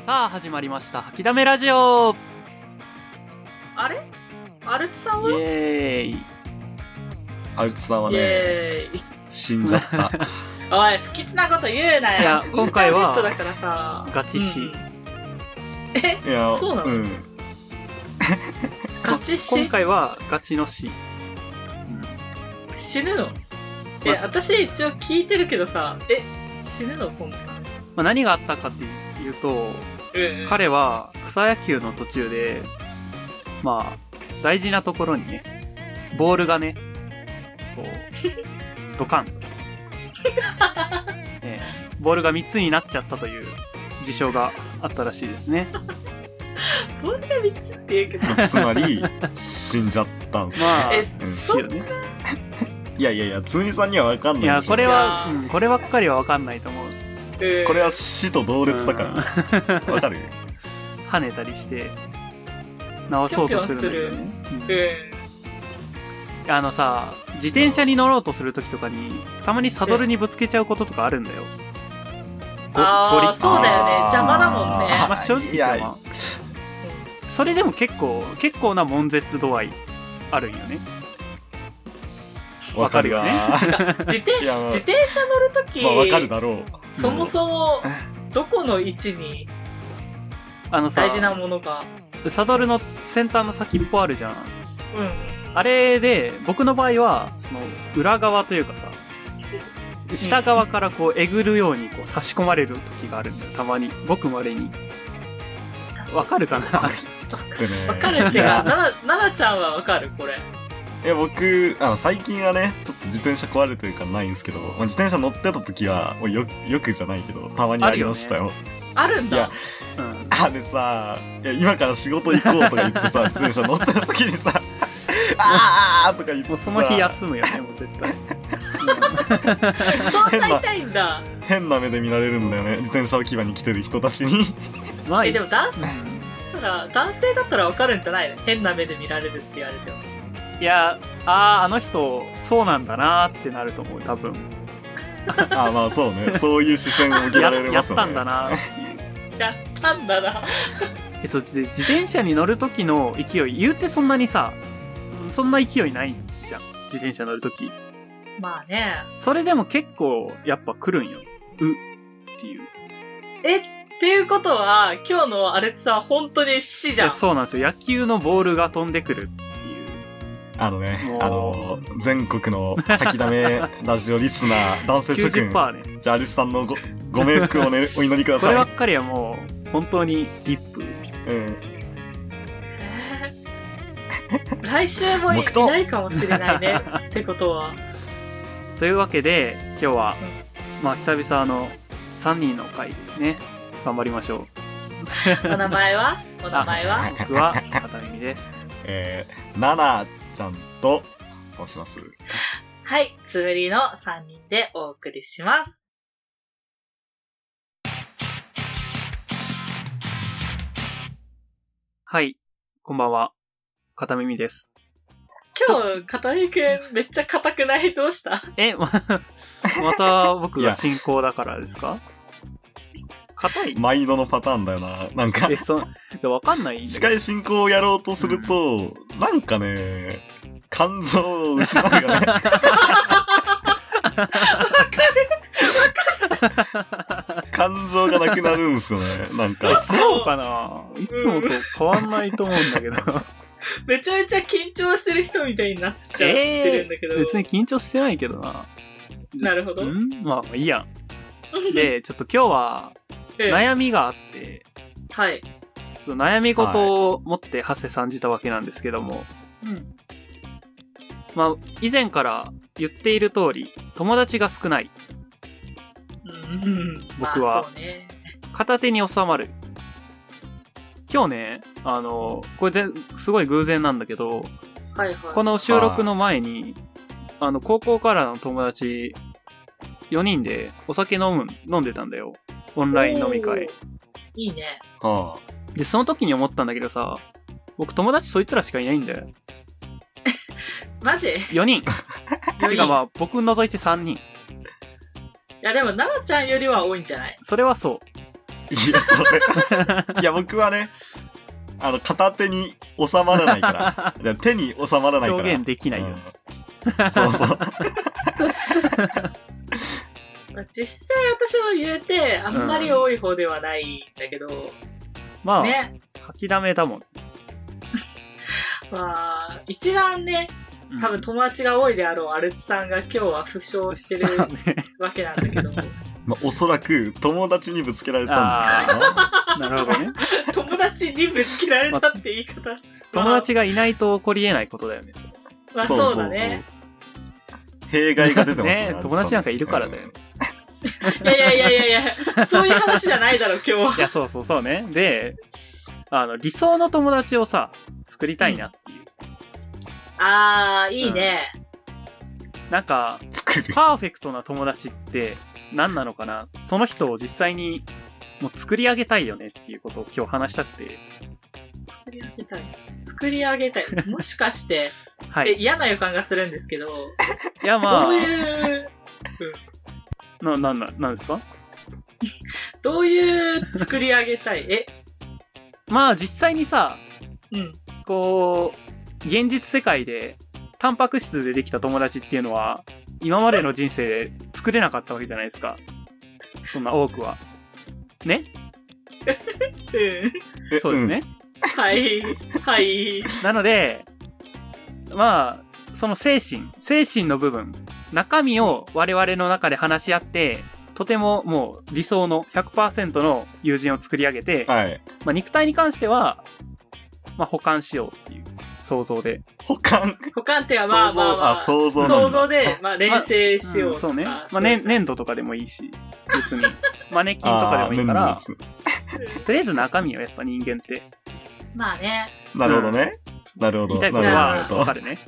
さあ始まりました吐きだめラジオ。 あれアルツさんはイエーイ。 アルツさんはイねエーイ。 死んじゃったおい、不吉なこと言うなよ。 いや今回はインターネットだからさ。 ガチ死、 え、 いやそうなの、 うん、 ガチ死、 今回はガチの死、 死ぬの？私一応聞いてるけどさ、死ぬのそんな。 何があったかっていうと、彼は草野球の途中で大事なところにね、ボールがねこうドカンと、ボールが3つになっちゃったという事象があったらしいですね。 ボールが3つって言うけどつまり死んじゃったんすそうね。 いやつむりさんには分かんないでしょ。 いやこれは、こればっかりは分かんないと思う。 これは死と同列だから分かる？ 跳ねたりして直そうとするんだけどね。さ、自転車に乗ろうとするときとかにたまにサドルにぶつけちゃうこととかあるんだよ。 そうだよね、邪魔だもんね。 正直邪魔。それでも結構な悶絶度合いあるんよね。わかるよね。 自転車乗るとき、 わかるだろう。 そもそもどこの位置に大事なものが、 サドルの先端の先っぽあるじゃん。 うん。 あれで僕の場合はその裏側というかさ、下側からこうえぐるようにこう差し込まれる時があるんだよ。たまに、ごく稀に。わかるかな？ わかるってか、ななちゃんはわかるこれ。 いや僕最近はねちょっと自転車壊れてるからないんですけど、自転車乗ってた時はよくじゃないけどたまにありましたよ。 あるんだ。 いや、あれさ、今から仕事行こうとか言ってさ自転車乗ってた時にさあーとか言ってさ、 もうその日休むよね、もう絶対。 そんな痛いんだ。 変な目で見られるんだよね、自転車置き場に来てる人たちに。 でも男性だったらわかるんじゃないの？変な目で見られるって言われても。 いや、あの人そうなんだなってなると思う、多分。 まあそうね、そういう視線を受けられますよね。 やったんだなっていう。 やったんだな。 そっちで自転車に乗る時の勢い、言うてそんなにさ、そんな勢いないじゃん、自転車乗る時。 まあね。 それでも結構やっぱ来るんよ。っていう。 っていうことは、今日のアレツさんは本当に死じゃん。 そうなんですよ。野球のボールが飛んでくる。 全国の吐きだめラジオリスナー男性諸君、 90%ね。 じゃあアリスさんのご冥福をねお祈りください。 こればっかりはもう本当にリップ。 来週もいないかもしれないね。ってことは。 というわけで今日は、久々の3人の回ですね。頑張りましょう。お名前は僕は片耳です。 ナナちゃんと申します。 はい、つむりの3人でお送りします。 はい、こんばんは。片耳です。 今日、片耳くんめっちゃ硬くない？どうした？ また僕が進行だからですか？硬い？ 毎度のパターンだよな。なんか。 わかんない。 司会進行をやろうとすると、なんかね、感情を失うよね。感情がなくなるんすよね。なんか。 そうかな？いつもと変わんないと思うんだけど。 めちゃめちゃ緊張してる人みたいになっちゃってるんだけど。 別に緊張してないけどな。 なるほど。 まあいいやん。で、ちょっと今日は悩みがあって、 はい。 その悩み事を持って馳せ参じたわけなんですけども、以前から言っている通り友達が少ない。僕は片手に収まる。今日ね、これすごい偶然なんだけど、この収録の前に高校からの友達4人でお酒飲んでたんだよ。オンライン飲み会。 いいね。 で、その時に思ったんだけどさ、僕友達そいつらしかいないんだよ。 マジ ?4 人。てか僕除いて3人。 いやでも、ななちゃんよりは多いんじゃない？ それはそう。 いや、それ。いや、僕はね、片手に収まらないから。手に収まらないから。 表現できないよ。 そうそう。 実際私は言うて、あんまり多い方ではないんだけど。 まあ、ね、吐きだめだもん。 まあ、一番ね、多分友達が多いであろうアルチさんが今日は負傷してるわけなんだけど。 まあ、おそらく友達にぶつけられたんだなるほどね。 友達にぶつけられたって言い方。 友達がいないと起こり得ないことだよね。 まあそうだね。 弊害が出てますね。友達なんかいるからだよね。 いや、そういう話じゃないだろ、今日は。 いや、そうね。で、理想の友達をさ、作りたいなっていう。 いいね。 なんか、パーフェクトな友達って何なのかな？その人を実際にもう作り上げたいよねっていうことを今日話したくて。 作り上げたい。もしかして、はい、嫌な予感がするんですけど。 いや、まあ。 どういう、 なんですか？ どういう作り上げたい？ まあ実際にさ、こう、現実世界で、タンパク質でできた友達っていうのは、今までの人生で作れなかったわけじゃないですか。そんな多くは。ね？そうですね。 はい。 なので、まあ、その精神の部分、中身を我々の中で話し合って、とてももう理想の 100% の友人を作り上げて、 はい。 まあ肉体に関しては、まあ補完しようっていう想像で。 補完ってはまあ。 想像で、まあ連成しようとか。 そうね。まあ粘土とかでもいいし、別に。マネキンとかでもいいから、とりあえず中身はやっぱ人間って。 まあね。 なるほどね。なるほど。 言いたいことはわかるね。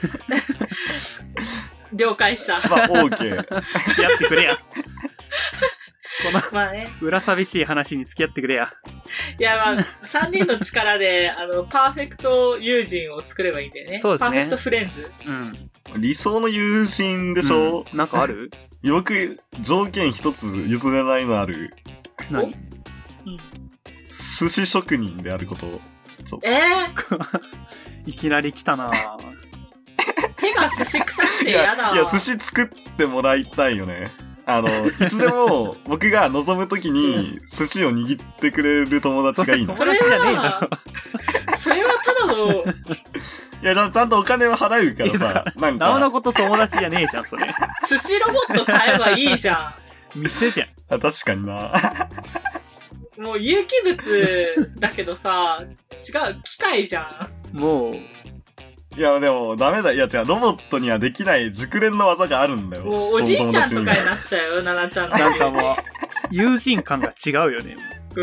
了解した。 まあ、OK。 付き合ってくれや。この、 まあね。 裏寂しい話に付き合ってくれや。 いや、まあ、3人の力で、パーフェクト友人を作ればいいんだよね。 そうですね。 パーフェクトフレンズ。 理想の友人でしょ？ なんかある？ 僕、条件一つ譲れないのある。 何？ 寿司職人であることを。 いきなり来たなぁ。 手が寿司臭くて嫌だわ。 いや、寿司作ってもらいたいよね。いつでも僕が望むときに寿司を握ってくれる友達がいいの。 それはただの、 いや、ちゃんとお金を払うからさ、なんか。 なおのこと友達じゃねえじゃん、それ。 寿司ロボット買えばいいじゃん。店じゃん。 確かにな。 もう有機物だけどさ、違う、機械じゃん。もう。 いや、でも、ダメだ。いや、違う、ロボットにはできない熟練の技があるんだよ。 もう、おじいちゃんとかになっちゃうよ、ナナちゃんの。 なんかもう、友人感が違うよね。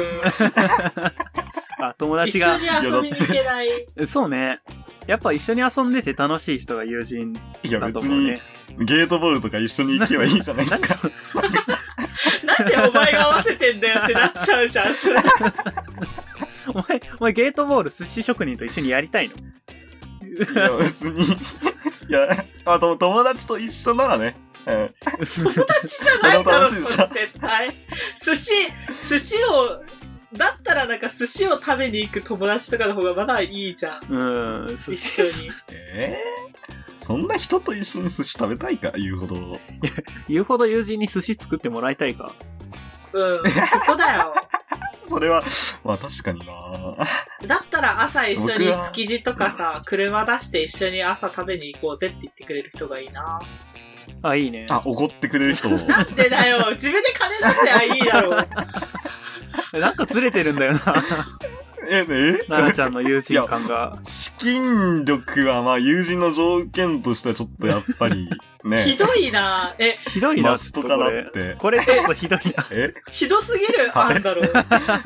友達が。 一緒に遊びに行けない。 そうね。やっぱ一緒に遊んでて楽しい人が友人だと思うね。 いや、別に、ゲートボールとか一緒に行けばいいじゃないですか。 なんでお前が合わせてんだよってなっちゃうじゃん、それ。 お前ゲートボール寿司職人と一緒にやりたいの？ いや、別に。いや、友達と一緒ならね。 友達じゃないだろ、絶対。寿司を、だったらなんか寿司を食べに行く友達とかの方がまだいいじゃん。一緒に。 そんな人と一緒に寿司食べたいか、言うほど。 言うほど友人に寿司作ってもらいたいか。 そこだよ。 それは、まあ確かにな。 だったら朝一緒に築地とかさ、車出して一緒に朝食べに行こうぜって言ってくれる人がいいな。 あ、いいね。 おごってくれる人。 なんでだよ、自分で金出せばいいだろう。 なんかずれてるんだよな。ななちゃんの友人感が。 資金力はまあ友人の条件としてはちょっとやっぱりね。 ひどいな。 ひどいな。 マストかなって。 これちょっとひどいな。 ひどすぎる、なんだろう。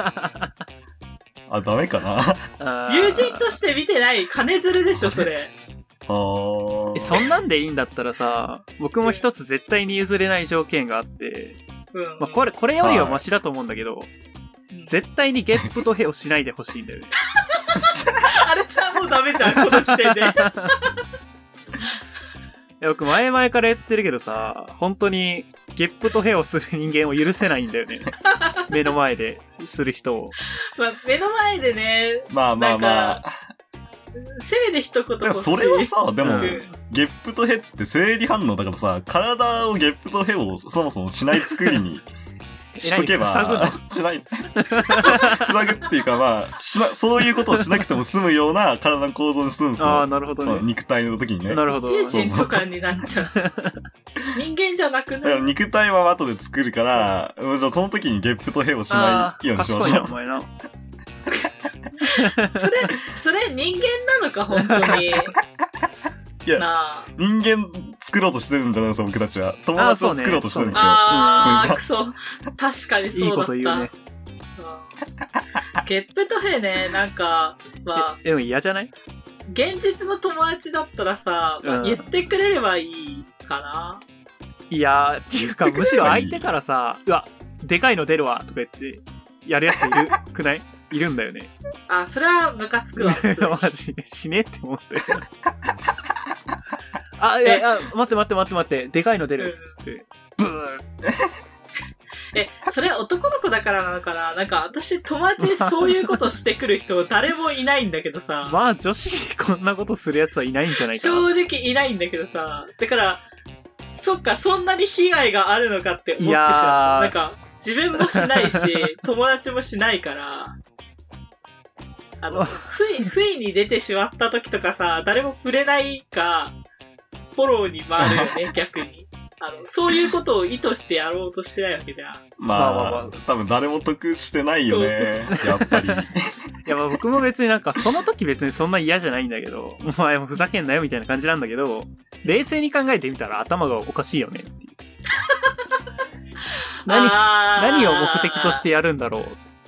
ダメかな。 友人として見てない金づるでしょ、それ。 そんなんでいいんだったらさ、僕も一つ絶対に譲れない条件があって、まあ、これよりはマシだと思うんだけど、絶対にゲップとヘをしないでほしいんだよね。 あれさ、もうダメじゃん、この時点で。いや、 僕前々から言ってるけどさ、本当にゲップとヘをする人間を許せないんだよね。 目の前でする人を。 まあ、目の前でね、 まあまあまあ。 せめて一言欲しい。 それはさ、でも、ゲップとヘって生理反応だからさ、体をゲップとヘをそもそもしない作りにしとけば、しない。塞ぐっていうかまあ、そういうことをしなくても済むような体の構造にするんですよ。 ああ、なるほどね。 肉体の時にね。 なるほど。 宇宙人とかになっちゃうじゃん。人間じゃなくなる。 だから肉体は後で作るから、じゃあその時にゲップとヘをしないようにしましょう。 賢いな、お前な。 それ人間なのか、本当に。 いや、人間作ろうとしてるんじゃないですか、僕たちは。友達を作ろうとしてるんですよ。 クソ。確かにそうだった。いいこと言うね。ゲップとヘね、なんか、まあ。 でも嫌じゃない？ 現実の友達だったらさ、言ってくれればいいかな。 いやっていうか、むしろ相手からさ、うわ、でかいの出るわ、とか言って、やるやついるくない？いるんだよね。 あ、それはムカつくわ、普通に。 マジで死ねって思って。いや、待って、でかいの出る。つって、ブーそれ男の子だからなのかな？なんか私友達でそういうことしてくる人誰もいないんだけどさ。 まあ女子でこんなことするやつはいないんじゃないかな。 正直いないんだけどさ。だから、そっか、そんなに被害があるのかって思ってしまう。なんか、自分もしないし、友達もしないから、不意に出てしまった時とかさ、誰も触れないか、フォローに回るよね、逆に。そういうことを意図してやろうとしてないわけじゃん。 まあ、多分誰も得してないよね。やっぱり。いや、まあ僕も別になんか、その時別にそんな嫌じゃないんだけど、お前もふざけんなよみたいな感じなんだけど、冷静に考えてみたら頭がおかしいよねっていう。何を目的としてやるんだろ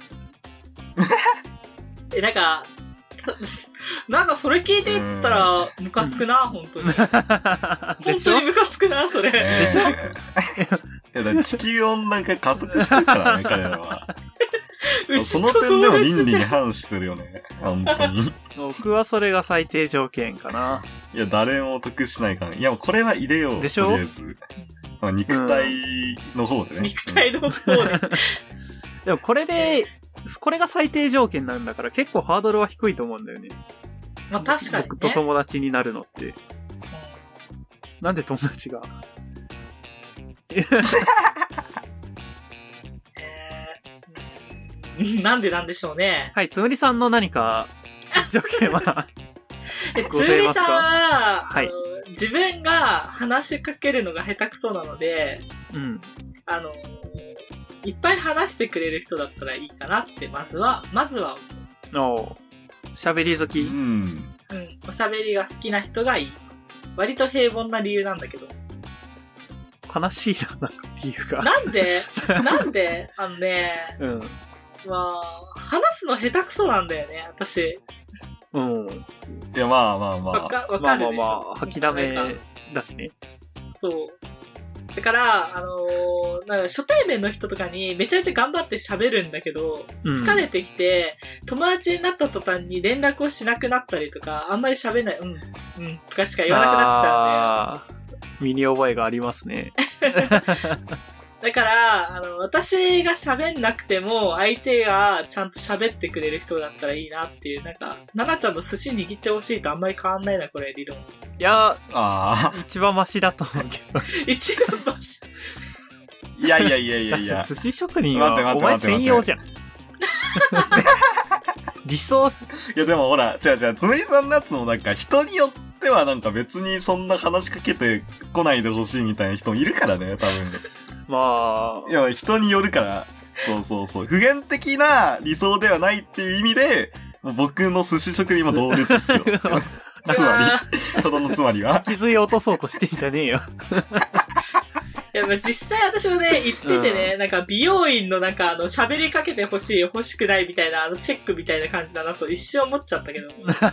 う。なんかそれ聞いてったらムカつくな、本当に。本当にムカつくな、それ。でしょ？ いや、だ地球温暖化加速してるからね、彼らは。その点でも倫理に反してるよね、本当に。 僕はそれが最低条件かな。 いや、誰も得しないからね。いや、もうこれは入れよう。 でしょ？とりあえず。まあ、肉体の方でね。 肉体の方で。 でもこれが最低条件なんだから結構ハードルは低いと思うんだよね。 まあ確かに、ね。 僕と友達になるのって。なんで友達がなんでなんでしょうね。 はい、つむりさんの何か条件はつむりさんは、はい、自分が話しかけるのが下手くそなので、 うん。 いっぱい話してくれる人だったらいいかなって、まずは思う。喋り好き？ うん。おしゃべりが好きな人がいい。割と平凡な理由なんだけど。 悲しいな、なんか理由が。 なんでうん。 まあ、話すの下手くそなんだよね、私。 うん。 いや、まあ。 わかるでしょ。 まあ、吐きだめだしね。 そう。だから、なんか初対面の人とかにめちゃめちゃ頑張って喋るんだけど、疲れてきて、友達になった途端に連絡をしなくなったりとか、あんまり喋んない、とかしか言わなくなっちゃうんで。 身に覚えがありますね。 だから、私が喋んなくても、相手がちゃんと喋ってくれる人だったらいいなっていう、なんか、ななちゃんの寿司握ってほしいとあんまり変わんないな、これ、理論。 いや、一番マシだと思うけど。 一番マシ。 いや。 寿司職人は、お前専用じゃん。理想。いや、でもほら、違う、つむりさんのやつもなんか、人によってはなんか別にそんな話しかけてこないでほしいみたいな人もいるからね、多分。 まあ。 いや、人によるから。そう。普遍的な理想ではないっていう意味で、僕の寿司職人も同列っすよ。つまりは。 気づい落とそうとしてんじゃねえよ。 いや、実際私もね、言っててね、なんか美容院のなんか喋りかけて欲しい、欲しくないみたいな、チェックみたいな感じだなと一瞬思っちゃったけど。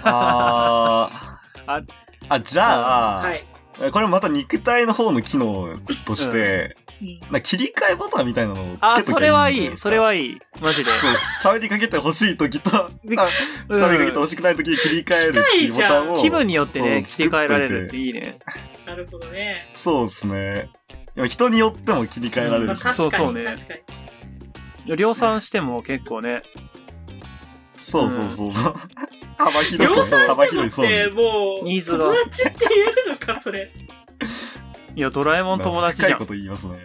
じゃあ、 はい。 これまた肉体の方の機能として、切り替えボタンみたいなのをつけときゃいい。 それはいい。マジで。 喋りかけて欲しいときと、喋りかけて欲しくないときに切り替えるっていうボタンを。 気分によってね、切り替えられるっていいね。 なるほどね。 そうですね。人によっても切り替えられるし。 そうね。 量産しても結構ね。 そうそうそうそう。幅広い。 量産してもって、もう、 ニーズが。 友達って言えるのか、それ。 いや、ドラえもん友達じゃん。 深いこと言いますね。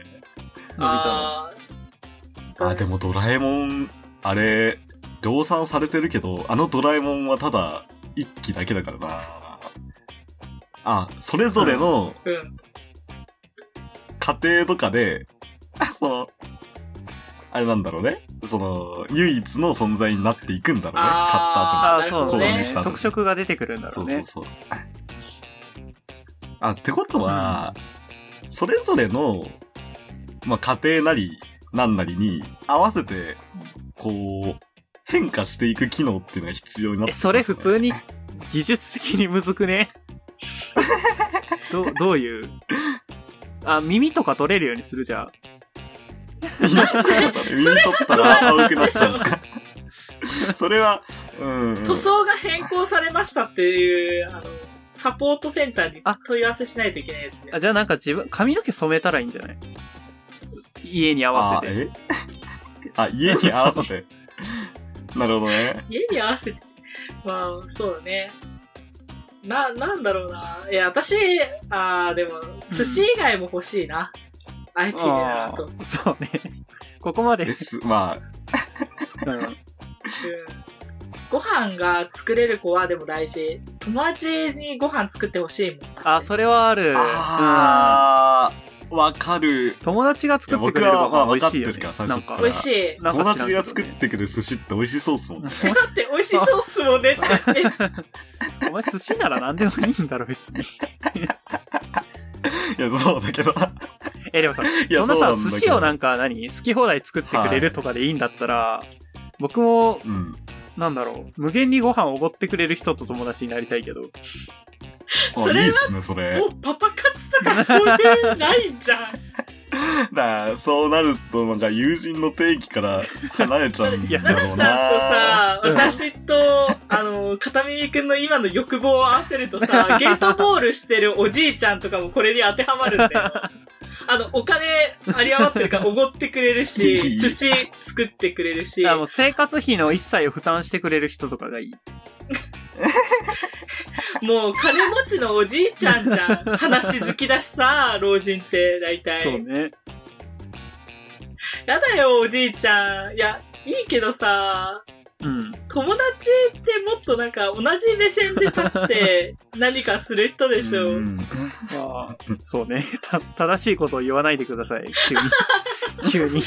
でもドラえもん、あれ、量産されてるけど、あのドラえもんはただ、一機だけだからな。それぞれの、家庭とかで、あれなんだろうね。唯一の存在になっていくんだろうね。買った後に。 そうね。特色が出てくるんだろうね。 そう。ってことは、それぞれの、家庭なり、なんなりに合わせて、変化していく機能っていうのが必要になってきますね。 それ普通に技術的にむずくね。どういう耳とか取れるようにするじゃん。 耳取ったら青くなっちゃうんですか。それは、 塗装が変更されましたっていう、サポートセンターに問い合わせしないといけないやつね。 じゃあなんか髪の毛染めたらいいんじゃない？家に合わせて。 家に合わせて。なるほどね。 家に合わせて。そうだね。なんだろうな。いや、私、でも、寿司以外も欲しいな。あえてなと。 そうね。ここまで。 ご飯が作れる子はでも大事。友達にご飯作ってほしいもん。 それはある。 わかる。 友達が作ってくれるご飯美味しいよね。 美味しい。 友達が作ってくれる寿司って美味しそうっすもんね。 だって美味しそうっすもんねって。 お前寿司なら何でもいいんだろ別に。いや、そうだけど。 でもさ、そんなさ、寿司をなんか好き放題作ってくれるとかでいいんだったら、僕も、なんだろう、無限にご飯をおごってくれる人と友達になりたいけど。 それは、 いいっすね、それ。 もうパパ活とかそういうないんじゃん。 そうなると、なんか友人の定義から離れちゃうんだろうな。 ちゃんとさ、私と、片耳くんの今の欲望を合わせるとさ、ゲートボールしてるおじいちゃんとかもこれに当てはまるんだよ。お金あり余ってるからおごってくれるし、寿司作ってくれるし。 もう生活費の一切を負担してくれる人とかがいい。 もう金持ちのおじいちゃんじゃん。話好きだしさ、老人って大体。 そうね。 やだよ、おじいちゃん。いや、いいけどさ、友達ってもっとなんか同じ目線で立って何かする人でしょ。 そうね。正しいことを言わないでください。急に。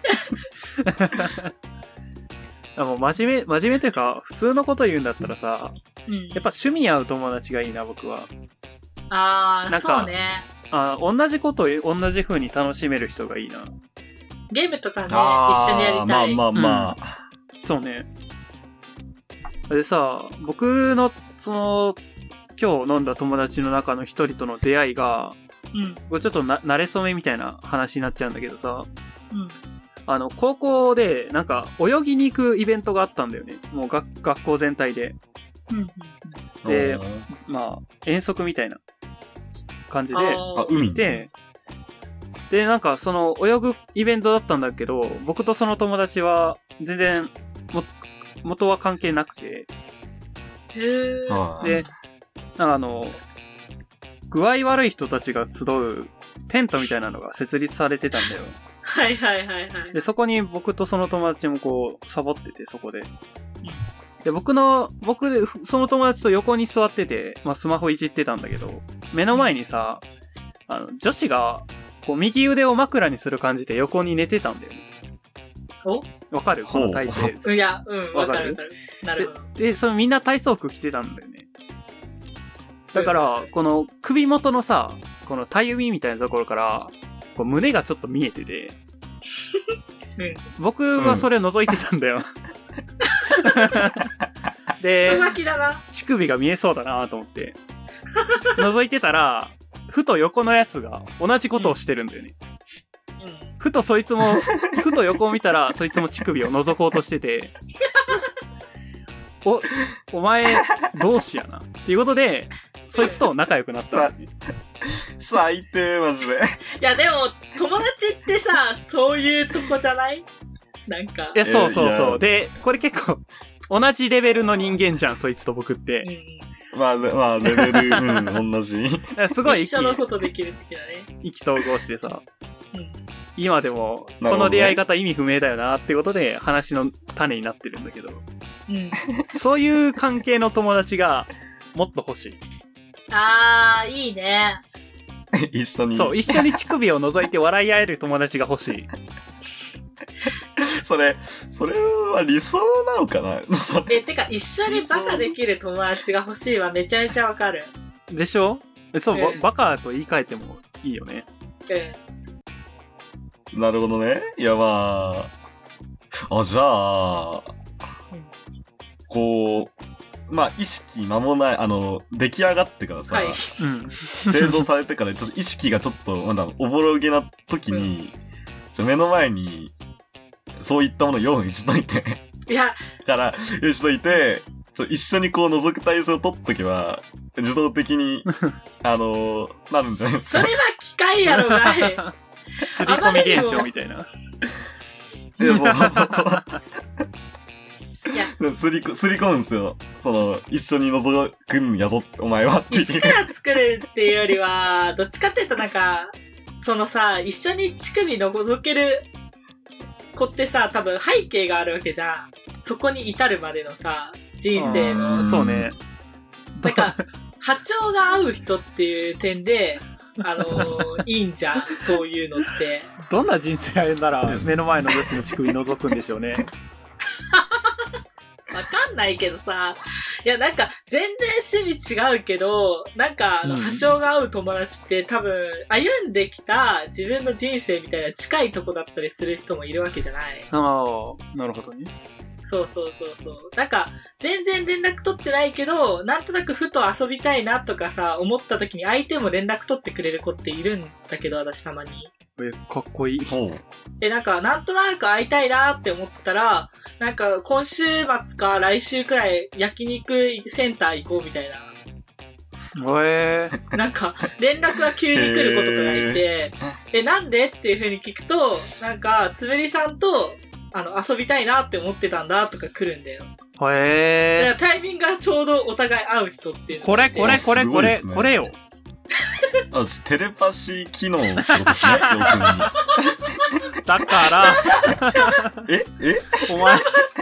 もう真面目というか、普通のこと言うんだったらさ、やっぱ趣味合う友達がいいな、僕は。 そうね。 同じことを同じ風に楽しめる人がいいな。 ゲームとかね、一緒にやりたい。 まあ。 そうね。でさ、僕の、今日飲んだ友達の中の一人との出会いが、これちょっと慣れ初めみたいな話になっちゃうんだけどさ、高校で、なんか、泳ぎに行くイベントがあったんだよね。もう学校全体で。で、遠足みたいな感じで、 海で、なんか、泳ぐイベントだったんだけど、僕とその友達は、全然、元は関係なくて。で、なんか具合悪い人たちが集うテントみたいなのが設立されてたんだよ。 はい。 で、そこに僕とその友達もサボってて、そこで。で、僕で、その友達と横に座ってて、スマホいじってたんだけど、目の前にさ、女子が、右腕を枕にする感じで横に寝てたんだよね。わかるこの体勢。 いや、わかる。なるほど。 で、みんな体操服着てたんだよね。だから、この首元のさ、この体指みたいなところから、胸がちょっと見えてて、僕はそれを覗いてたんだよ。で、乳首が見えそうだなと思って、覗いてたら、ふと横のやつが同じことをしてるんだよね。ふと横を見たら、そいつも乳首を覗こうとしてて、お前、同志やな。っていうことで、そいつと仲良くなった。 最低、マジで。 いや、でも、友達ってさ、そういうとこじゃない？ なんか。 いや、そうそうそう。で、これ結構、同じレベルの人間じゃん、そいつと僕って。 まあ、レベル、同じ。 すごい一緒のことできる的なね。 意気投合してさ。今でも、この出会い方意味不明だよなってことで話の種になってるんだけど。そういう関係の友達がもっと欲しい。 あー、いいね。 一緒に。 そう、一緒に乳首を覗いて笑い合える友達が欲しい。 それは理想なのかな。 てか、一緒にバカできる友達が欲しいはめちゃめちゃわかる。 でしょ？そう、バカと言い換えてもいいよね。 なるほどね。いや、まあ。じゃあ、こう、まあ、意識間もない、出来上がってからさ、製造されてからちょっと意識がちょっと、おぼろげな時に、目の前に、そういったものを用意しといて。 いや。 から用意しといて、一緒にこう覗く体勢を取っとけば、自動的に、なるんじゃないですか。 それは機械やろがい。 すり込み現象みたいな。 いや、そう。いや、すり込むんですよ。一緒に覗くんやぞ、お前はっていう。 一から作るっていうよりは、どっちかって言うとなんか、一緒に乳首の覗ける子ってさ、多分背景があるわけじゃん。そこに至るまでのさ、人生の。 そうね。 なんか、波長が合う人っていう点で、いいんじゃん。そういうのって。 どんな人生歩んだら目の前の女子の乳首覗くんでしょうね。 わかんないけどさ。いや、なんか、全然趣味違うけど、なんか、波長が合う友達って多分、歩んできた自分の人生みたいな近いとこだったりする人もいるわけじゃない。 ああ、なるほどね。 そう。なんか、全然連絡取ってないけど、なんとなくふと遊びたいなとかさ、思った時に相手も連絡取ってくれる子っているんだけど、私たまに。 かっこいい。 なんか、なんとなく会いたいなって思ってたら、なんか、今週末か来週くらい焼肉センター行こうみたいな。なんか、連絡が急に来る子とかがいて、なんでっていう風に聞くと、なんか、つぶりさんと、遊びたいなって思ってたんだとか来るんだよ。タイミングがちょうどお互い会う人っていうの。 これよ。 テレパシー機能ってことですね、要するに。だから、お前、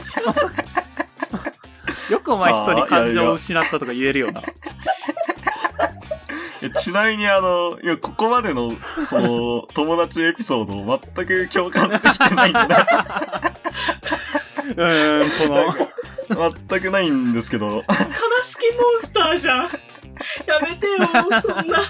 よくお前一人感情を失ったとか言えるよな。 ちなみにここまでの、友達エピソードを全く共感できてないんだな。全くないんですけど。 悲しきモンスターじゃん。やめてよ、そんな。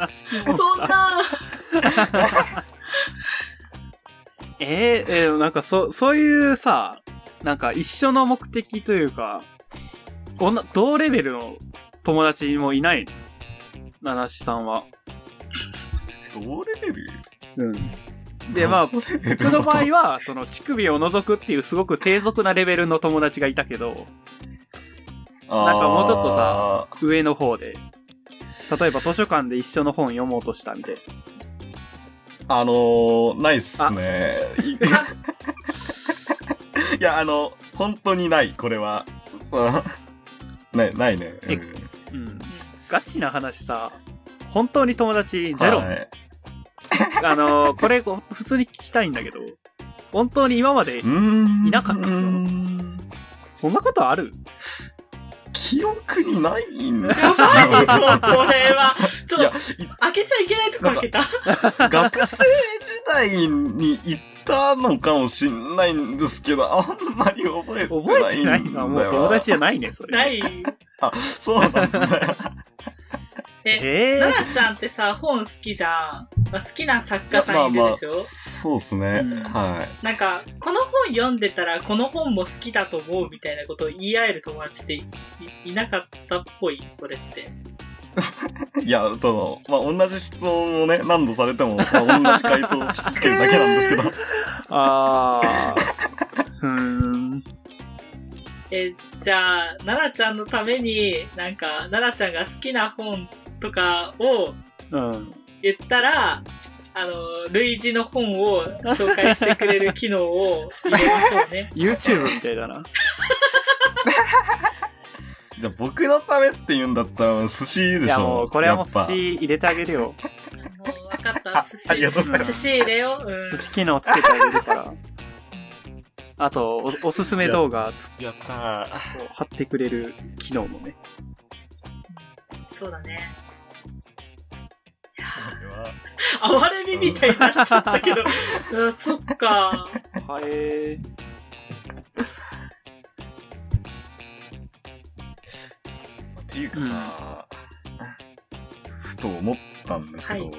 なんかそういうさ、なんか一緒の目的というか、同レベルの友達もいないの？七七さんは。 同レベル？ で、まあ、僕の場合は、乳首を覗くっていうすごく低俗なレベルの友達がいたけど、なんかもうちょっとさ、上の方で、例えば図書館で一緒の本読もうとしたみたいな。ないっすね。いや、本当にない、これは。ないね。 ガチな話さ、本当に友達ゼロ。これ普通に聞きたいんだけど、本当に今までいなかったの？そんなことある？ 記憶にないんですよ。 やばいぞ、これは。ちょっと、開けちゃいけないとこ開けた。 学生時代に行ったのかもしんないんですけど、あんまり覚えてないんだよ。 覚えてないのはもう友達じゃないね、それ。 ない。 そうなんだよ。 ななちゃんってさ、本好きじゃん。好きな作家さんいるでしょ？ そうっすね。はい。 なんか、この本読んでたら、この本も好きだと思うみたいなことを言い合える友達っていなかったっぽい、これって。 いや、同じ質問をね、何度されても、同じ回答し続けるだけなんですけど。 じゃあ、ななちゃんのために、なんか、ななちゃんが好きな本とかを、言ったら、 類似の本を紹介してくれる機能を入れましょうね。 YouTube みたいだな。 じゃあ僕のためって言うんだったら寿司でしょ。いやもうこれはもう寿司入れてあげるよ。 もう分かった。寿司。 ありがとうございます。 寿司入れよう。 寿司機能つけてあげるから。あと、おすすめ動画やったー。 貼ってくれる機能もね。 そうだね。哀れみみたいになっちゃったけど。そっか。 っていうかさ、ふと思ったんですけど、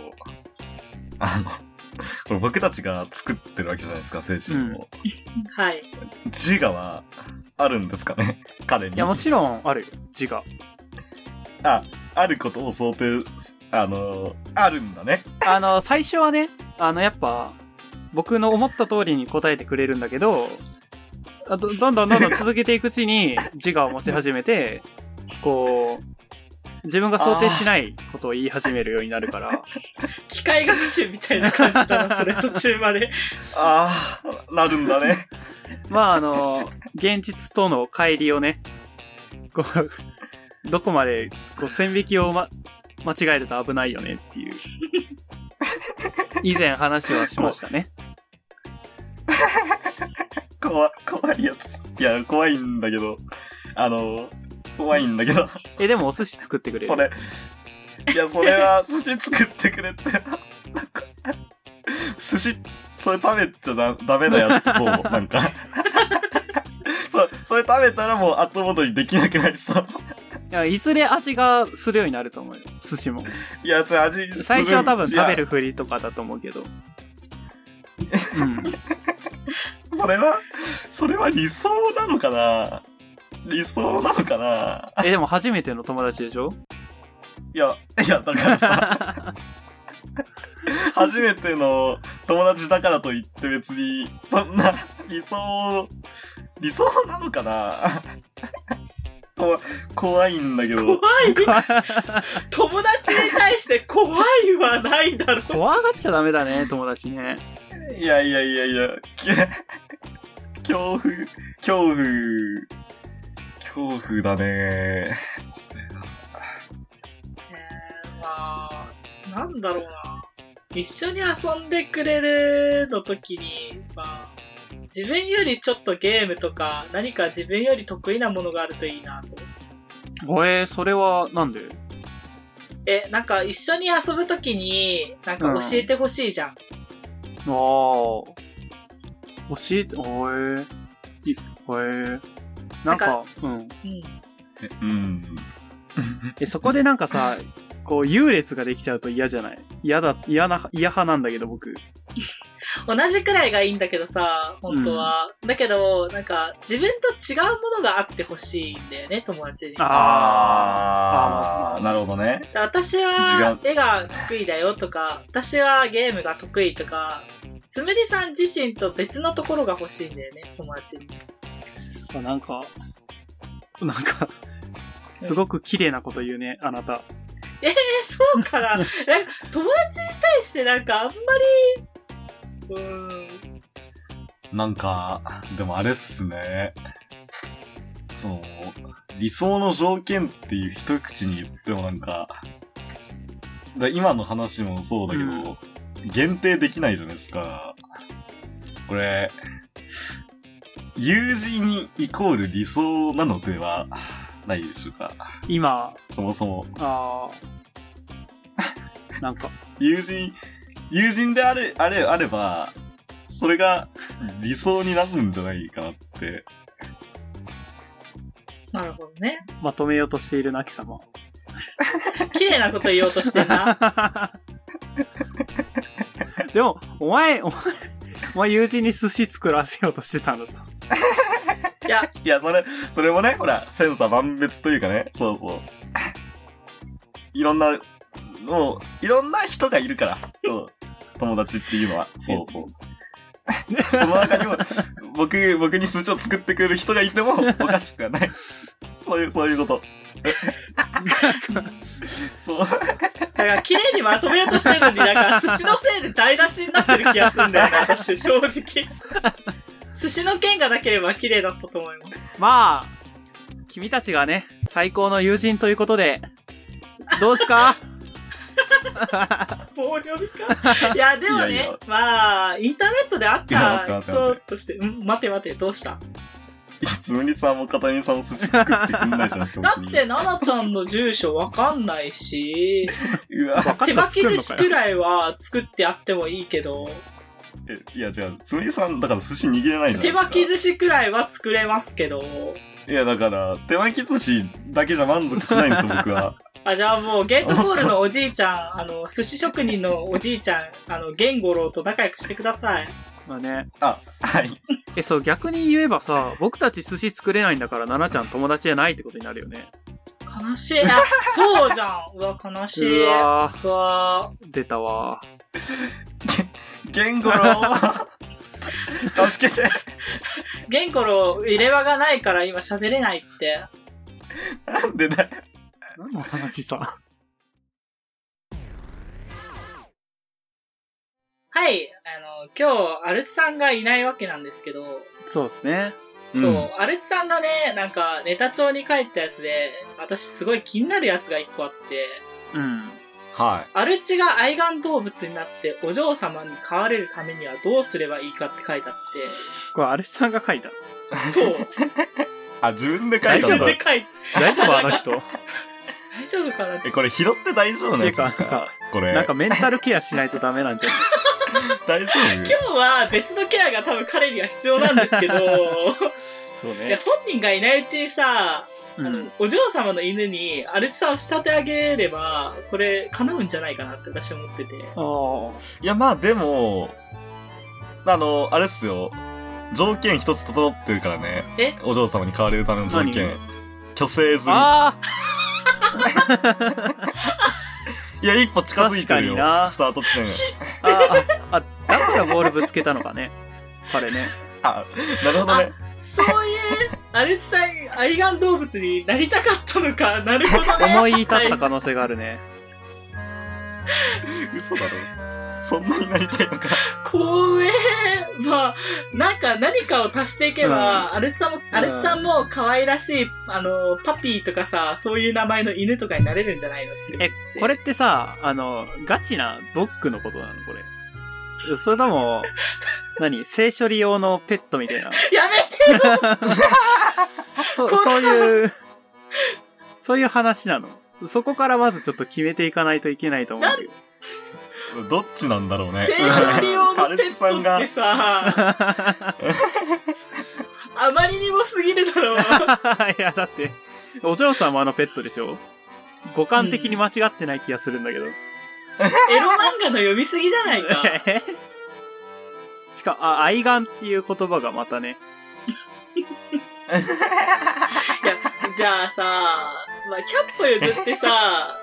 これ僕たちが作ってるわけじゃないですか、精神を。 はい。 自我はあるんですかね、彼に。 いや、もちろんあるよ、自我。 あることを想定、あるんだね。 最初はね、やっぱ、僕の思った通りに答えてくれるんだけど、どんどん続けていくうちに自我を持ち始めて、こう、自分が想定しないことを言い始めるようになるから。 機械学習みたいな感じだな、それ途中まで。 なるんだね。 まあ現実との乖離をね、こう、どこまで、こう、線引きを間違えると危ないよねっていう。以前話はしましたね。 怖いやつ。いや、怖いんだけど、怖いんだけど。 でもお寿司作ってくれる。 それは寿司作ってくれって、なんか、寿司、それ食べちゃダメなやつ、そう、なんか。それ食べたらもう後戻りできなくなりそう。 いずれ味がするようになると思うよ、寿司も。 いや、それ味する。 最初は多分食べるふりとかだと思うけど。 それは理想なのかな？理想なのかな？ でも初めての友達でしょ？ いや、だからさ、初めての友達だからといって別に、そんな理想なのかな？怖いんだけど。 怖い友達に対して怖いはないだろ。 怖がっちゃダメだね、友達ね。 いや。恐怖だね。 まあ、なんだろうな。一緒に遊んでくれるの時に、まあ、自分よりちょっとゲームとか、何か自分より得意なものがあるといいなと思って。 それはなんで？ なんか一緒に遊ぶ時に、なんか教えてほしいじゃん。 教えて、なんか、そこでなんかさ、こう優劣ができちゃうと嫌じゃない？嫌派なんだけど僕。 同じくらいがいいんだけどさ、本当は。だけど、なんか、自分と違うものがあってほしいんだよね、友達に。 なるほどね。 私は絵が得意だよとか、私はゲームが得意とか、つむりさん自身と別のところが欲しいんだよね、友達に。 なんか、すごく綺麗なこと言うね、あなた。 そうかな。なんか友達に対してなんかあんまり、 なんか、でもあれっすね。理想の条件っていう一口に言ってもなんか、今の話もそうだけど、限定できないじゃないですか。これ、友人イコール理想なのではないでしょうか。 今。 そもそも。 なんか。 友人であれば、それが理想になるんじゃないかなって。 なるほどね。 まとめようとしているな、貴様。 綺麗なこと言おうとしてんな。 でも、お前友人に寿司作らせようとしてたんださ。 いや、それもね、ほら、千差万別というかね、そう。いろんな人がいるから、友達っていうのは。そう。その中にも、僕に数値を作ってくれる人がいてもおかしくはない。 そういうこと。そう。だから綺麗にまとめようとしてるのになんか寿司のせいで台無しになってる気がするんだよね、私、正直。寿司の剣がなければ綺麗だったと思います。 まあ、君たちがね、最高の友人ということで、どうすか？ 棒読みか。いや、でもね、いやいやまあ、インターネットで会った人として、待て、どうした？ いつむりさんも片見さんも寿司作ってくんないじゃないですか。 だって、ななちゃんの住所わかんないし、手巻き寿司くらいは作ってあってもいいけど。 いや、じゃあ、つむりさん、だから寿司握れないじゃないですか。 手巻き寿司くらいは作れますけど。 いや、だから、手巻き寿司だけじゃ満足しないんですよ、僕は。 じゃあもう、ゲートボールのおじいちゃん、寿司職人のおじいちゃん、ゲンゴロウと仲良くしてください。 まあね。 はい。 そう、逆に言えばさ、僕たち寿司作れないんだから、ナナちゃん友達じゃないってことになるよね。 悲しい。そうじゃん。うわ、悲しい。 うわ出たわ。 ゲンゴロウ助けて。 ゲンゴロウ入れ歯がないから今喋れないって。 なんでだよ。 何の話さ。 はい、今日、アルチさんがいないわけなんですけど。 そうですね。 そう、アルチさんがね、なんか、ネタ帳に書いたやつで、私すごい気になるやつが一個あって。 うん。 はい。 アルチが愛玩動物になってお嬢様に飼われるためにはどうすればいいかって書いてあって。 これアルチさんが書いた。 そう。 自分で書いたんだ。 自分で書いた。大丈夫あの人。 大丈夫かなって。 これ拾って大丈夫なやつですか？これ。 なんかメンタルケアしないとダメなんじゃない？ 大丈夫？ 今日は別のケアが多分彼には必要なんですけど。 そうね。 いや、本人がいないうちにさ、お嬢様の犬にアルチさんを仕立て上げれば、これ叶うんじゃないかなって私は思ってて。 いや、まあでも、あれっすよ。条件一つ整ってるからね。お嬢様に飼われるための条件。虚勢済み。いや、一歩近づいてるよ。スタート地点。 だからボールぶつけたのかね。彼ね。 なるほどね。 そういう、アルチさん、愛玩動物になりたかったのか。なるほどね。 思い立った可能性があるね。 嘘だろ。そんなになりたいのか。 光栄。まあ、なんか何かを足していけば、アルチさんも可愛らしい、パピーとかさ、そういう名前の犬とかになれるんじゃないのって。 これってさ、ガチなドッグのことなのこれ。それとも、性処理用のペットみたいな。 やめてよそういう話なの。そこからまずちょっと決めていかないといけないと思うよ。 どっちなんだろうね。 性処理用のペットってさ、あまりにもすぎるだろう。 いや、だって、お嬢様のペットでしょ？五感的に間違ってない気がするんだけど。 エロ漫画の読みすぎじゃないか。 しかも、愛玩っていう言葉がまたね。 いや、じゃあさ、まあ、100歩譲ってさ、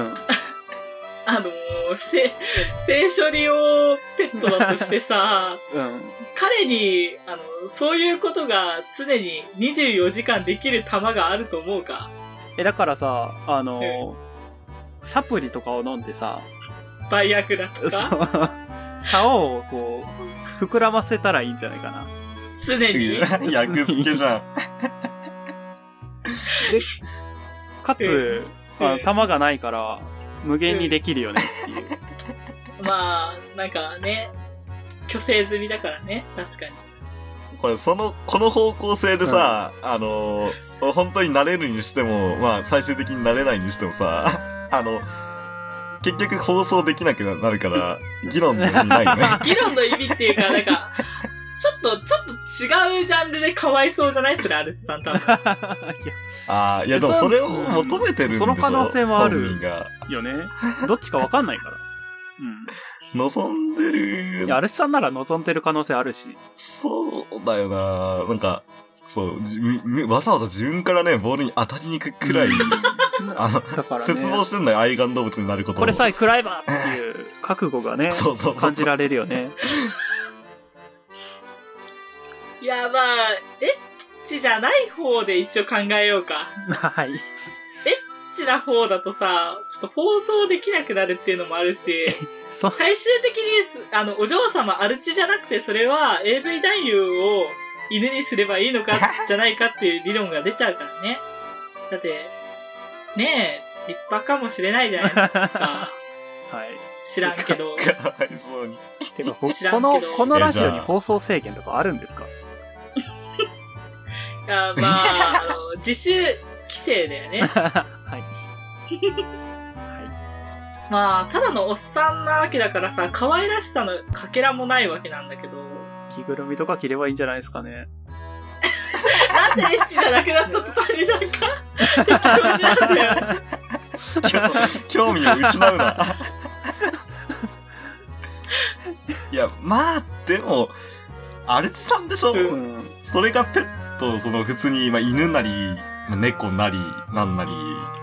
性処理用ペットだとしてさ、彼に、そういうことが常に24時間できる玉があると思うか？ だからさ、サプリとかを飲んでさ、 バイアグラとか竿をこう、膨らませたらいいんじゃないかな。 常に薬漬けじゃん。 で、かつ、玉がないから、無限にできるよねっていう。 まあ、なんかね、虚勢済みだからね、確かに。 これ、この方向性でさ、本当になれるにしても、まあ、最終的になれないにしてもさ、結局放送できなくなるから、議論の意味ないよね。 議論の意味っていうか、なんか、ちょっと違うジャンルでかわいそうじゃないそれ、アルチさん多分。 いやでもそれを求めてるんでしょ。 その可能性もあるよね。どっちかわかんないから。 望んでる。 いや、アルチさんなら望んでる可能性あるし。 そうだよな。なんか、そう、わざわざ自分からね、ボールに当たりに行くくらい、だからね、絶望してんだよ、愛玩動物になることを。 これさえ食らえばっていう覚悟がね、感じられるよね。 いや、まあ、 チじゃない方で一応考えようか。 はい。エッチな方だとさ、ちょっと放送できなくなるっていうのもあるし、最終的にお嬢様アルチじゃなくて、それは AV 男優を犬にすればいいのか、じゃないかっていう理論が出ちゃうからね。だって、ねえ、立派かもしれないじゃないですか。はい。知らんけど。 かわいそうに。 てか、このラジオに放送制限とかあるんですか？ いや、まあ、自主規制だよね。はい。まあ、ただのおっさんなわけだからさ、可愛らしさのかけらもないわけなんだけど。 着ぐるみとか着ればいいんじゃないですかね。 なんでエッチじゃなくなった途端になんか、なんだよ。 興味を失うな。いや、まあ、でも、アルチさんでしょ、それがペット、普通に、まあ、犬なり、猫なり、なんなり、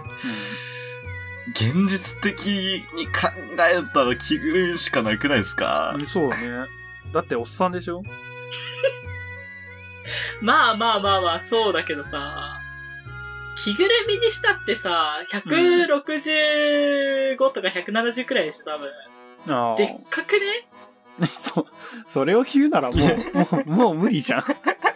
現実的に考えたら着ぐるみしかなくないですか？ そうだね。だっておっさんでしょ？ まあ、そうだけどさ、着ぐるみにしたってさ、165とか170くらいでしょ、多分。でっかくね？ それを言うならもう無理じゃん。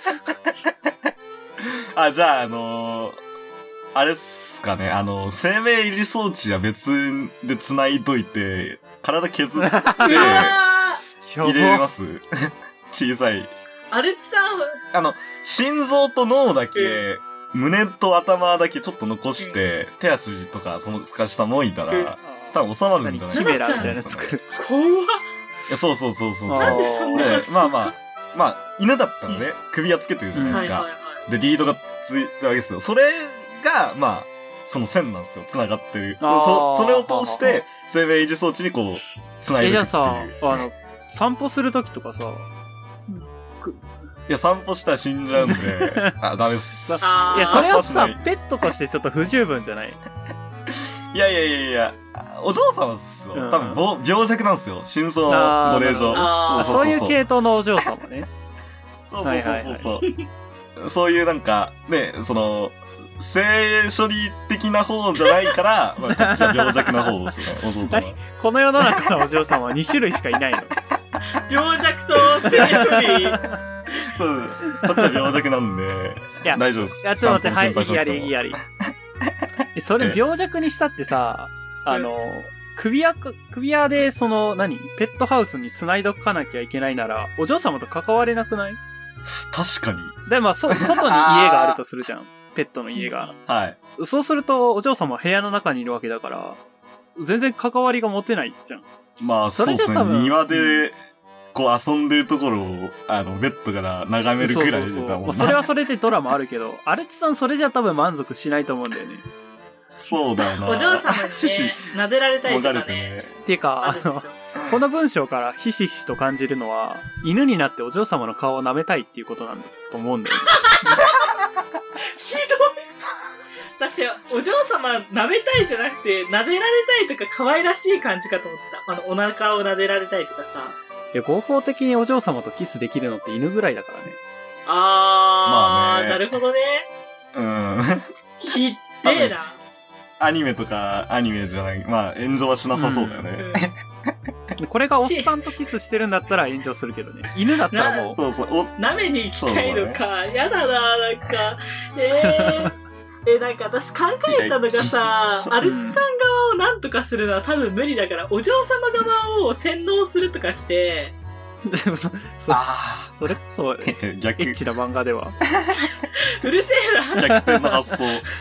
じゃあ、あれっすかね、生命入り装置は別で繋いといて、体削って入れます小さい。 アルチさん心臓と脳だけ、胸と頭だけちょっと残して、手足とかその下もいたら、多分収まるんじゃないですか。キメラみたいなの作る。 怖っ。 いや、そう。 なんでそんなまあ、犬だったらね、首輪つけてるじゃないですか。で、リードがついたわけですよ。それが、まあ、その線なんですよ。繋がってる。それを通して、生命維持装置にこう、繋いでいくっていう。 じゃあさ、散歩するときとかさ、 いや、散歩したら死んじゃうんで、ダメっす。 いや、それはさ、ペットとしてちょっと不十分じゃない？ いや、お嬢様っすよ。多分、病弱なんですよ。心臓のご令状。 そういう系統のお嬢様ね。 そう。そういうなんか、ね、性処理的な方じゃないから、まあ、こっちは病弱な方ですね、お嬢様。 この世の中のお嬢様は2種類しかいないの。 病弱と性処理。 そう、こっちは病弱なんで、大丈夫です。 いや、ちょっと待って、はい、やり。それ病弱にしたってさ、首輪でペットハウスに繋いどかなきゃいけないなら、お嬢様と関われなくない？ 確かに。 で、まあ、外に家があるとするじゃん。ペットの家が。 はい。 そうすると、お嬢様は部屋の中にいるわけだから、全然関わりが持てないじゃん。 まあ、そうですね。庭で、こう遊んでるところを、ベッドから眺めるくらいでだもんな。 それはそれでドラマあるけど、アルチさんそれじゃ多分満足しないと思うんだよね。 そうだよな。 お嬢様にね、撫でられたいとかね。 っていうか、この文章からひしひしと感じるのは、犬になってお嬢様の顔を舐めたいっていうことなんだと思うんだよね。 ひどい。私は、お嬢様舐めたいじゃなくて、撫でられたいとか可愛らしい感じかと思った。お腹を撫でられたいとかさ。 いや、合法的にお嬢様とキスできるのって犬ぐらいだからね。 まあね。 なるほどね。ひってえな。 アニメじゃない。まあ、炎上はしなさそうだよね。 これがおっさんとキスしてるんだったら炎上するけどね。犬だったらもう。 舐めに行きたいのか。やだな、なんか。なんか私考えたのがさ、アルチさん側をなんとかするのは多分無理だから、お嬢様側を洗脳するとかして、 でもそれこそ、エッチな漫画では。 うるせえな。 逆転の発想。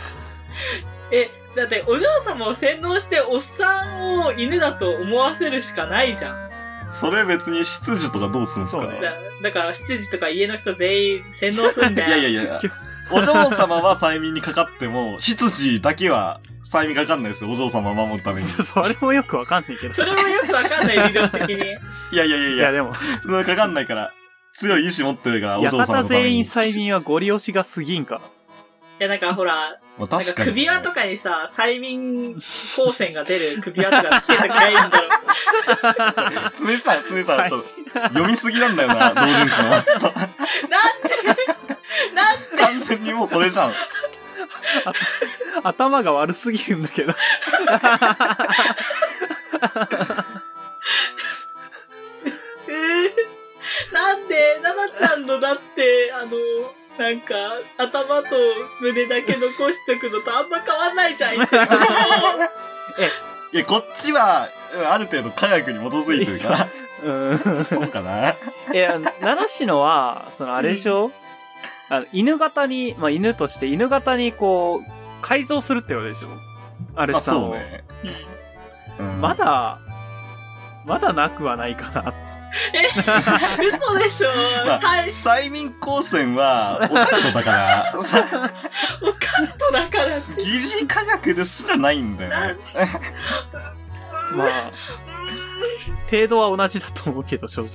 だってお嬢様を洗脳しておっさんを犬だと思わせるしかないじゃん。 それ別に執事とかどうするんすか？ だから執事とか家の人全員洗脳するんだよ。 いや。お嬢様は催眠にかかっても、執事だけは催眠かかんないですよ。お嬢様を守るために。 それもよくわかんないけど。 それもよくわかんない、理論的に。 いや。 いやでも。 かかんないから。強い意志持ってるから、お嬢様のために。 館全員催眠はゴリ押しが過ぎんか。 いや、なんかほら、なんか首輪とかにさ、催眠光線が出る首輪とかつけたくないんだろう。 つめさん、ちょっと、読みすぎなんだよな、同人誌の。なんでなんで完全にもうそれじゃん。 頭が悪すぎるんだけど。 なんで、ななちゃんのだって、なんか、頭と胸だけ残しとくのとあんま変わんないじゃん、いや、こっちは、ある程度科学に基づいてるから。そうかな。 いや、七種は、あれでしょ、犬型に、まあ、犬として犬型にこう、改造するってことでしょ、あれさんを。 そうね。 まだなくはないかな。 嘘でしょ、 まあ、催眠光線は、オカルトだから。 オカルトだからって。 疑似科学ですらないんだよね。 まあ、程度は同じだと思うけど、正直。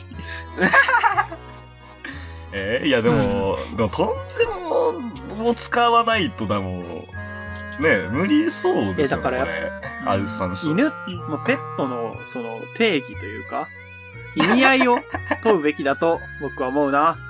いやでもとんでも使わないとだもん。ね無理そうですよね。だからアルサンショ犬、ペットの定義というか、意味合いを問うべきだと僕は思うな。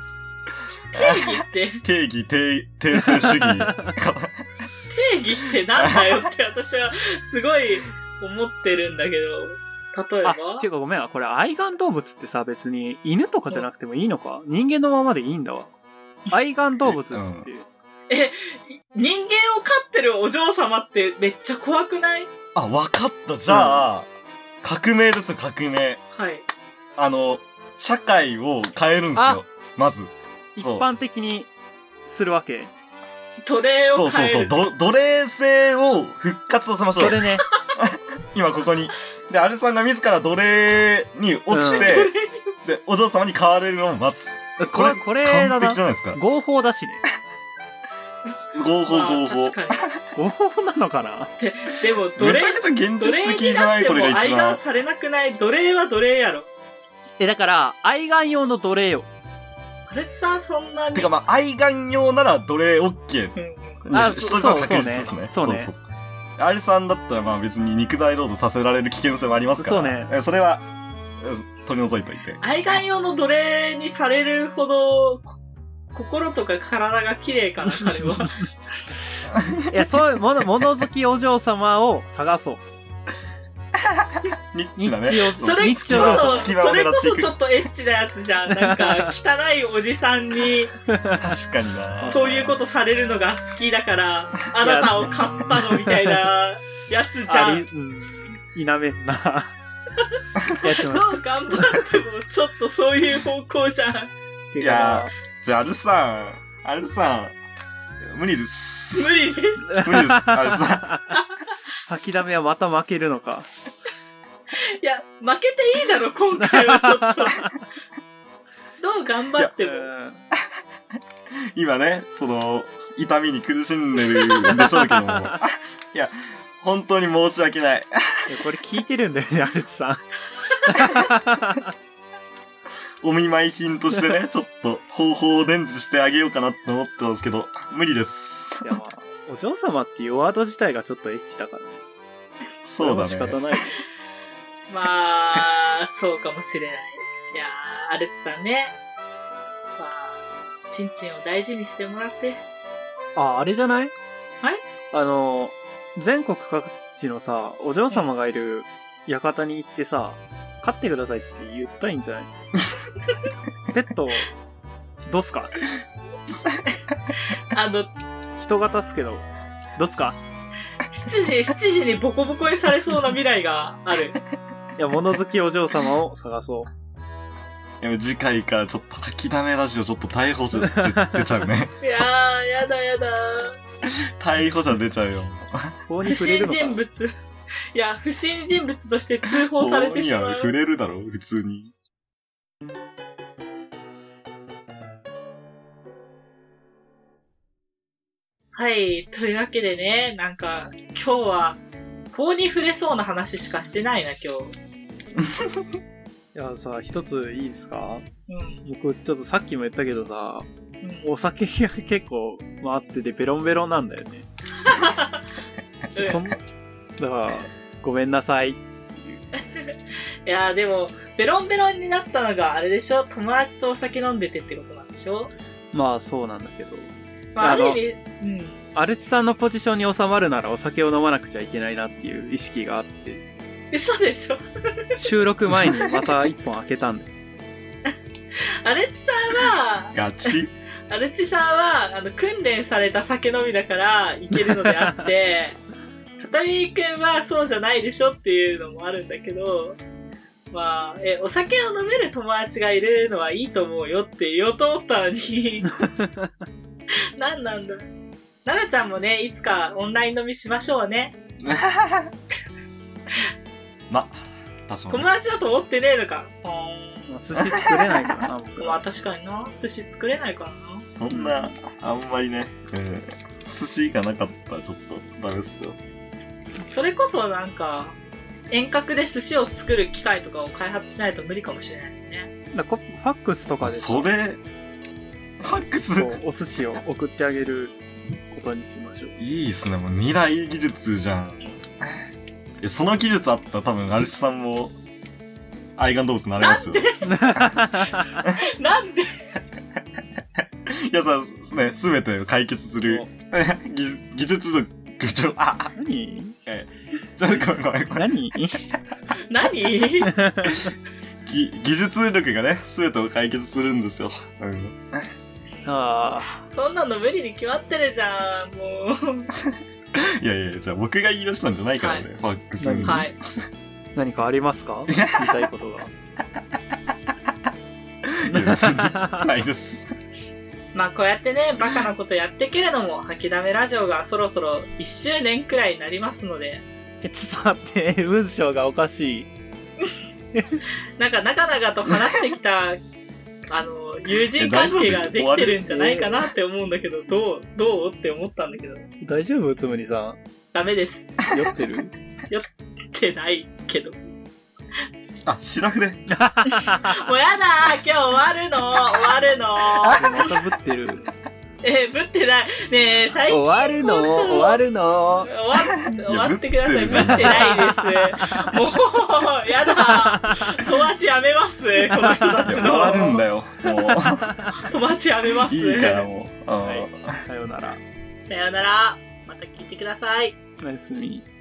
定義定性主義。 定義ってなんだよって私はすごい思ってるんだけど、例えばていうかごめん、これ愛玩動物ってさ、別に犬とかじゃなくてもいいのか、人間のままでいいんだわ。愛玩動物っていう。 人間を飼ってるお嬢様ってめっちゃ怖くない？ あ、わかった。じゃあ、革命ですよ、革命。 はい。 社会を変えるんですよ。まず。 一般的にするわけ。 奴隷を変える。 そう。奴隷制を復活させましょう。 それね。 今ここに。で、アルさんが自ら奴隷に落ちて、で、お嬢様に変われるのを待つ。 これだな。 完璧じゃないですか。 合法だしね。 合法。 確かに。 合法なのかな？ でも、奴隷、 めちゃくちゃ現実的じゃない？ これが一番。愛玩玩されなくない？奴隷は奴隷やろ。 だから、愛玩用の奴隷よ。 あれさ、そんなに。 てか愛玩用なら奴隷 OK。しとくの確実ですね。 そうね。 アルさんだったら別に肉体労働させられる危険性もありますから。 そうね。 それは、取り除いといて。 愛玩用の奴隷にされるほど、心とか体が綺麗かな、彼は。 いや、そういう物好きお嬢様を探そう。 ニッチだね。 それこそちょっとエッチなやつじゃん。なんか、汚いおじさんに、 確かにな。 そういうことされるのが好きだから、あなたを買ったのみたいなやつじゃん。 否めんな。 どう頑張っても、ちょっとそういう方向じゃん。 いや、じゃあ、アルさん、無理です。 無理です、 アルさん。吐きだめはまた負けるのか。 いや、負けていいだろ、今回はちょっと。どう頑張っても。 今ね、痛みに苦しんでるんでしょうけども。いや、本当に申し訳ない。 これ聞いてるんだよね、アルツさん。 お見舞い品としてね、ちょっと方法を伝授してあげようかなって思ってますけど、無理です。 いや、お嬢様っていうワード自体がちょっとエッチだからね。 そうだね。 仕方ない。 まあ、そうかもしれない。いやー、アルツさんね。まあ、チンチンを大事にしてもらって。 あれじゃない？ はい？ 全国各地のさ、お嬢様がいる館に行ってさ、飼ってくださいって言ったらいいんじゃない？ペット、どうすか？人型っすけど、どうすか ？7時にボコボコにされそうな未来がある。 いや、物好きお嬢様を探そう。 いや、次回からちょっと吐きだめラジオちょっと逮捕者出ちゃうね。 いやー、やだ。 逮捕者出ちゃうよ。 不審人物。いや、不審人物として通報されてしまう。 いや、触れるだろ、普通に。 はい、というわけでね、なんか、今日は、法に触れそうな話しかしてないな、今日。 いやさ、一ついいですか？ うん。 僕、ちょっとさっきも言ったけどさ、お酒が結構回っててベロンベロンなんだよね。だから、ごめんなさい。いやーでも、ベロンベロンになったのがあれでしょ？友達とお酒飲んでてってことなんでしょ？ まあそうなんだけど。 まあ、ある意味、うん。 アルチさんのポジションに収まるならお酒を飲まなくちゃいけないなっていう意識があって。 嘘でしょ収録前にまた一本開けたんだよ。 アルチさんは、 ガチアルチさんは、訓練された酒飲みだからいけるのであって、片見くんはそうじゃないでしょっていうのもあるんだけど、まあ、お酒を飲める友達がいるのはいいと思うよって言おうと思ったのに、なんなんだ。ななちゃんもね、いつかオンライン飲みしましょうね。 ま、確かに。 友達だと思ってねえのか。 寿司作れないからな、僕。 まあ確かにな。寿司作れないからな。 そんな、あんまりね、寿司がなかったらちょっとダメっすよ。 それこそなんか、遠隔で寿司を作る機械とかを開発しないと無理かもしれないですね。 ファックスとかでそれ、ファックスお寿司を送ってあげることにしましょう。 いいっすね、もう未来技術じゃん。その技術あったら多分、アルシさんも、愛玩動物になれますよ。 なんでいやさ、ね、すべてを解決する、技術力、 何ちょっとごめん。 何技術力がね、すべてを解決するんですよ。うん。 そんなの無理に決まってるじゃん、もう。 いや、じゃあ僕が言い出したんじゃないからね、ファックスに。 はい。 何かありますか言いたいことが。 いや、別にないです。 まあこうやってね、バカなことやってけれども、吐きだめラジオがそろそろ1周年くらいになりますので。 ちょっと待って、文章がおかしい。 なんか長々と話してきた、友人関係ができてるんじゃないかなって思うんだけど、どうって思ったんだけど。 大丈夫つむりさん。 ダメです。 酔ってる酔ってないけど。 シラフで。もうやだ今日終わるのまたぶってる。 ぶってない。ねえ、最近。 終わるの終わってください。ぶってないです。もう、やだ友達やめます。この人たちの。 終わるんだよ。もう。 友達やめます。 いいからもう。 はい。さようなら。 さようなら。また聞いてください。 おやすみ。